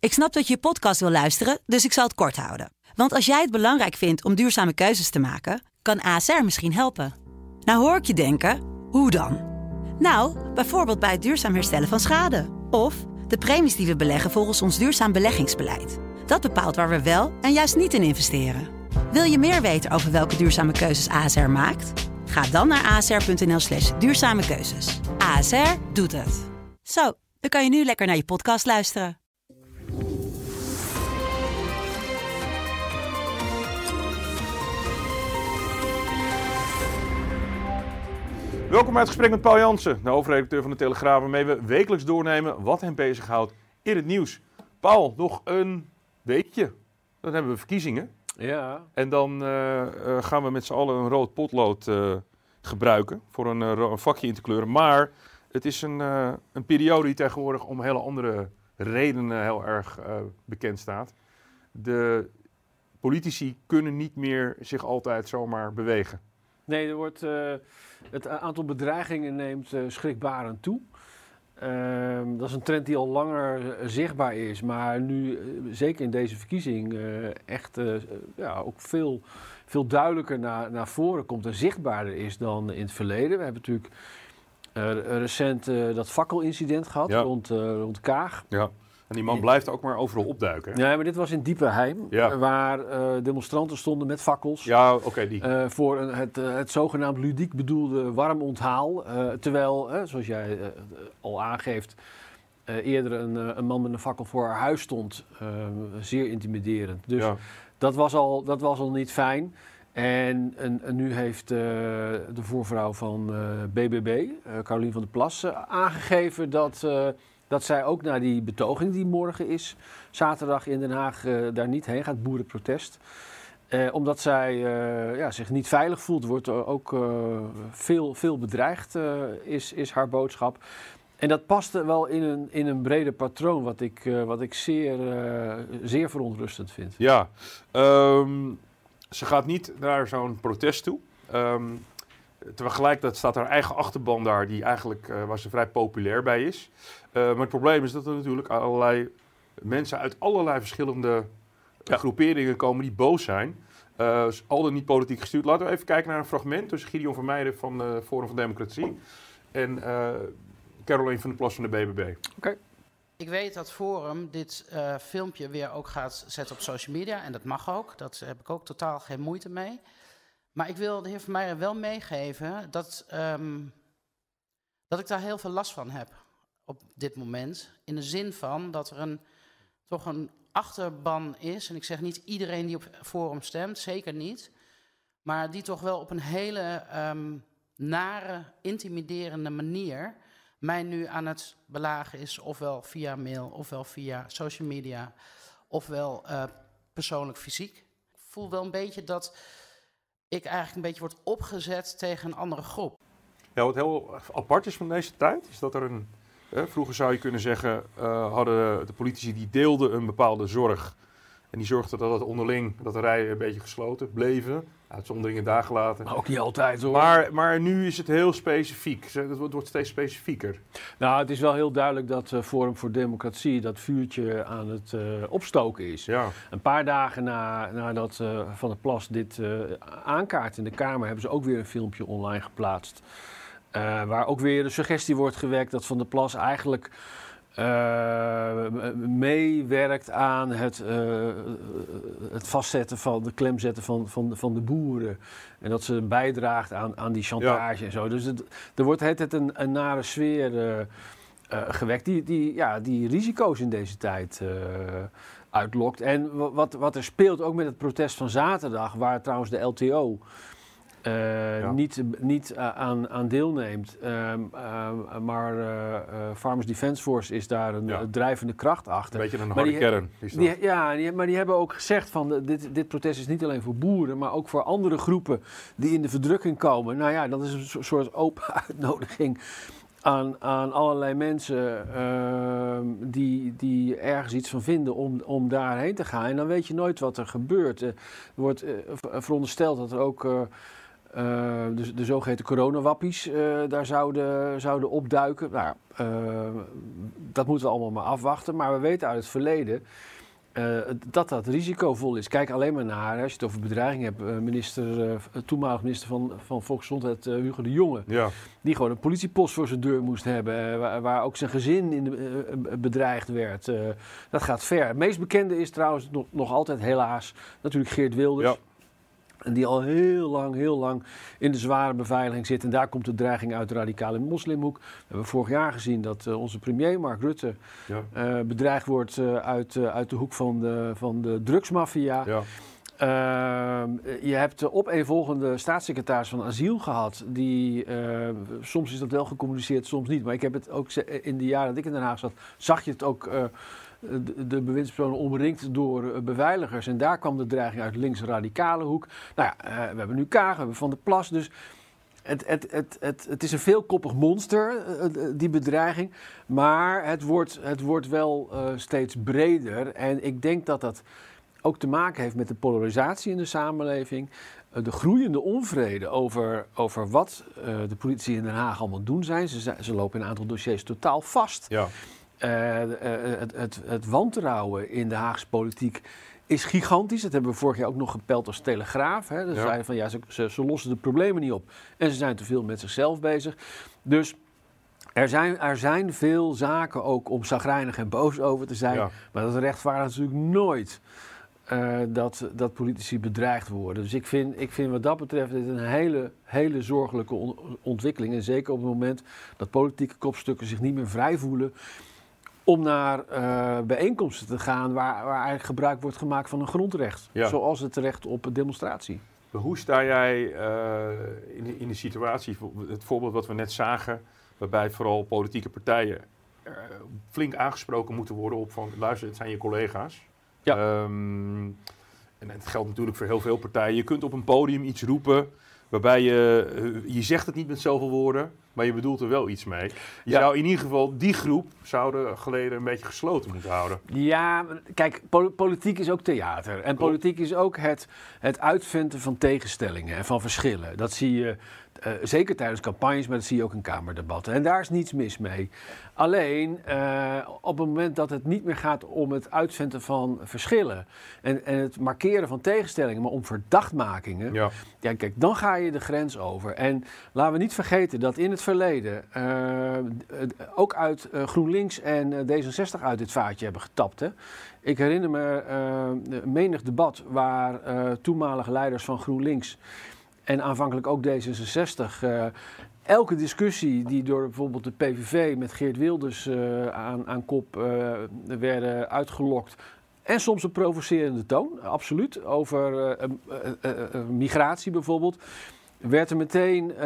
Ik snap dat je podcast wil luisteren, dus ik zal het kort houden. Want als jij het belangrijk vindt om duurzame keuzes te maken, kan ASR misschien helpen. Nou hoor ik je denken, hoe dan? Nou, bijvoorbeeld bij het duurzaam herstellen van schade. Of de premies die we beleggen volgens ons duurzaam beleggingsbeleid. Dat bepaalt waar we wel en juist niet in investeren. Wil je meer weten over welke duurzame keuzes ASR maakt? Ga dan naar asr.nl/duurzame keuzes. ASR doet het. Zo, dan kan je nu lekker naar je podcast luisteren. Welkom bij het gesprek met Paul Jansen, de hoofdredacteur van de Telegraaf, waarmee we wekelijks doornemen wat hem bezighoudt in het nieuws. Paul, nog een weekje, dan hebben we verkiezingen. Ja. En dan gaan we met z'n allen een rood potlood gebruiken voor een vakje in te kleuren. Maar het is een periode die tegenwoordig om hele andere redenen heel erg bekend staat. De politici kunnen niet meer zich altijd zomaar bewegen. Nee, er wordt, het aantal bedreigingen neemt schrikbarend toe. Dat is een trend die al langer zichtbaar is, maar nu, zeker in deze verkiezing, echt ook veel duidelijker naar voren komt en zichtbaarder is dan in het verleden. We hebben natuurlijk recent dat fakkelincident gehad rond Kaag. Ja. En die man blijft ook maar overal opduiken. Ja, maar dit was in Diepenheim, waar demonstranten stonden met fakkels. Ja, oké. Voor het zogenaamd ludiek bedoelde warm onthaal. Terwijl, zoals jij al aangeeft, eerder een man met een fakkel voor haar huis stond. Zeer intimiderend. Dus dat was al niet fijn. En nu heeft de voorvrouw van BBB, Caroline van der Plas, aangegeven dat zij ook naar die betoging die morgen is, zaterdag in Den Haag, daar niet heen gaat, boerenprotest. Omdat zij zich niet veilig voelt, wordt ook veel bedreigd, is haar boodschap. En dat paste wel in een breder patroon, wat ik zeer verontrustend vind. Ja, ze gaat niet naar zo'n protest toe. Tegelijkertijd staat haar eigen achterban daar, waar ze vrij populair bij is. Maar het probleem is dat er natuurlijk allerlei mensen uit allerlei verschillende groeperingen komen die boos zijn. Al dan niet politiek gestuurd. Laten we even kijken naar een fragment tussen Gideon van Meijden van Forum van Democratie en Caroline van der Plas van de BBB. Okay. Ik weet dat Forum dit filmpje weer ook gaat zetten op social media. En dat mag ook. Daar heb ik ook totaal geen moeite mee. Maar ik wil de heer Van Meijden wel meegeven dat ik daar heel veel last van heb op dit moment. In de zin van dat er toch een achterban is. En ik zeg niet iedereen die op Forum stemt, zeker niet. Maar die toch wel op een hele nare, intimiderende manier mij nu aan het belagen is. Ofwel via mail, ofwel via social media, ofwel persoonlijk fysiek. Ik voel wel een beetje dat ik eigenlijk een beetje word opgezet tegen een andere groep. Ja, wat heel apart is van deze tijd, is dat er vroeger zou je kunnen zeggen, hadden de politici die deelden een bepaalde zorg. En die zorgden dat het onderling, dat de rijen een beetje gesloten bleven. Uitzonderingen daar gelaten. Maar ook niet altijd hoor. Maar nu is het heel specifiek. Het wordt steeds specifieker. Nou, het is wel heel duidelijk dat Forum voor Democratie dat vuurtje aan het opstoken is. Ja. Een paar dagen nadat Van der Plas dit aankaart in de Kamer, hebben ze ook weer een filmpje online geplaatst. Waar ook weer de suggestie wordt gewekt dat Van der Plas eigenlijk meewerkt aan het vastzetten van de klemzetten van de boeren. En dat ze bijdraagt aan die chantage en zo. Dus er wordt het een nare sfeer gewekt die risico's in deze tijd uitlokt. En wat er speelt ook met het protest van zaterdag, waar trouwens de LTO niet aan deelneemt. Maar Farmers Defence Force is daar een drijvende kracht achter. Een beetje een harde kern is dat. Maar die hebben ook gezegd van dit protest is niet alleen voor boeren, maar ook voor andere groepen die in de verdrukking komen. Nou ja, dat is een soort open uitnodiging aan allerlei mensen die ergens iets van vinden om daarheen te gaan. En dan weet je nooit wat er gebeurt. Er wordt verondersteld dat er ook Dus de zogeheten coronawappies daar zouden opduiken. Nou, dat moeten we allemaal maar afwachten. Maar we weten uit het verleden dat risicovol is. Kijk alleen maar naar, als je het over bedreiging hebt, toenmalig minister van Volksgezondheid Hugo de Jonge. Ja. Die gewoon een politiepost voor zijn deur moest hebben, waar ook zijn gezin bedreigd werd. Dat gaat ver. Het meest bekende is trouwens nog altijd helaas natuurlijk Geert Wilders. Ja. En die al heel lang in de zware beveiliging zit. En daar komt de dreiging uit de radicale moslimhoek. We hebben vorig jaar gezien dat onze premier Mark Rutte bedreigd wordt uit de hoek van de drugsmafia. Ja. Je hebt de opeenvolgende staatssecretaris van asiel gehad. Die, soms is dat wel gecommuniceerd, soms niet. Maar ik heb het ook in de jaren dat ik in Den Haag zat, zag je het ook... de bewindspersonen omringd door beveiligers. En daar kwam de dreiging uit de links-radicale hoek. Nou ja, we hebben nu Kaag, we hebben Van der Plas. Dus het is een veelkoppig monster, die bedreiging. Maar het wordt wel steeds breder. En ik denk dat dat ook te maken heeft met de polarisatie in de samenleving. De groeiende onvrede over wat de politici in Den Haag allemaal doen zijn. Ze lopen in een aantal dossiers totaal vast. Ja. Het wantrouwen in de Haagse politiek is gigantisch. Dat hebben we vorig jaar ook nog gepeld als Telegraaf. Hè. Dus zeiden van ze lossen de problemen niet op. En ze zijn te veel met zichzelf bezig. Dus er zijn veel zaken ook om chagrijnig en boos over te zijn. Ja. Maar dat rechtvaardigt natuurlijk nooit dat politici bedreigd worden. Dus ik vind wat dat betreft dit een hele zorgelijke ontwikkeling. En zeker op het moment dat politieke kopstukken zich niet meer vrij voelen om naar bijeenkomsten te gaan waar eigenlijk gebruik wordt gemaakt van een grondrecht. Ja. Zoals het recht op demonstratie. Hoe sta jij in de situatie, het voorbeeld wat we net zagen, waarbij vooral politieke partijen flink aangesproken moeten worden op van, luister, het zijn je collega's. Ja. En het geldt natuurlijk voor heel veel partijen. Je kunt op een podium iets roepen waarbij je zegt het niet met zoveel woorden, maar je bedoelt er wel iets mee. Je zou in ieder geval die groep zouden geleden een beetje gesloten moeten houden. Ja, kijk, politiek is ook theater. En politiek is ook het uitventen van tegenstellingen en van verschillen. Dat zie je zeker tijdens campagnes, maar dat zie je ook in kamerdebatten. En daar is niets mis mee. Alleen, op het moment dat het niet meer gaat om het uitventen van verschillen en het markeren van tegenstellingen, maar om verdachtmakingen, ja, kijk, dan ga je de grens over. En laten we niet vergeten dat in het verleden ook uit GroenLinks en D66 uit dit vaatje hebben getapt. Hè. Ik herinner me menig debat waar toenmalige leiders van GroenLinks en aanvankelijk ook D66... elke discussie die door bijvoorbeeld de PVV met Geert Wilders aan kop werden uitgelokt. En soms een provocerende toon, absoluut. Over migratie bijvoorbeeld. Werd er meteen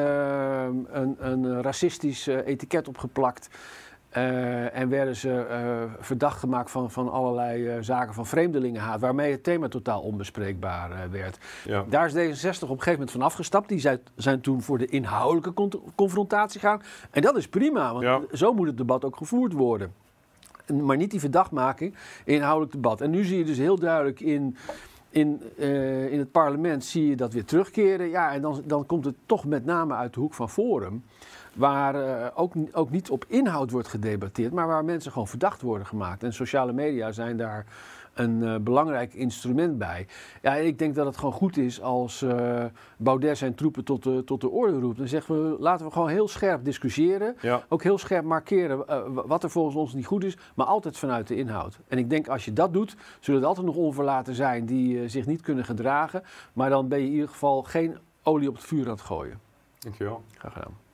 een racistisch etiket opgeplakt. En werden ze verdacht gemaakt van allerlei zaken van vreemdelingenhaat, waarmee het thema totaal onbespreekbaar werd. Ja. Daar is D66 op een gegeven moment van afgestapt. Die zijn toen voor de inhoudelijke confrontatie gegaan. En dat is prima, want zo moet het debat ook gevoerd worden. Maar niet die verdachtmaking, inhoudelijk debat. En nu zie je dus heel duidelijk in het parlement zie je dat weer terugkeren. Ja, en dan komt het toch met name uit de hoek van Forum, waar ook niet op inhoud wordt gedebatteerd, maar waar mensen gewoon verdacht worden gemaakt. En sociale media zijn daar een belangrijk instrument bij. Ja, en ik denk dat het gewoon goed is als Baudet zijn troepen tot de orde roept. Dan zeggen we, laten we gewoon heel scherp discussiëren. Ja. Ook heel scherp markeren wat er volgens ons niet goed is, maar altijd vanuit de inhoud. En ik denk als je dat doet, zullen er altijd nog onverlaten zijn die zich niet kunnen gedragen. Maar dan ben je in ieder geval geen olie op het vuur aan het gooien. Dankjewel. Graag gedaan.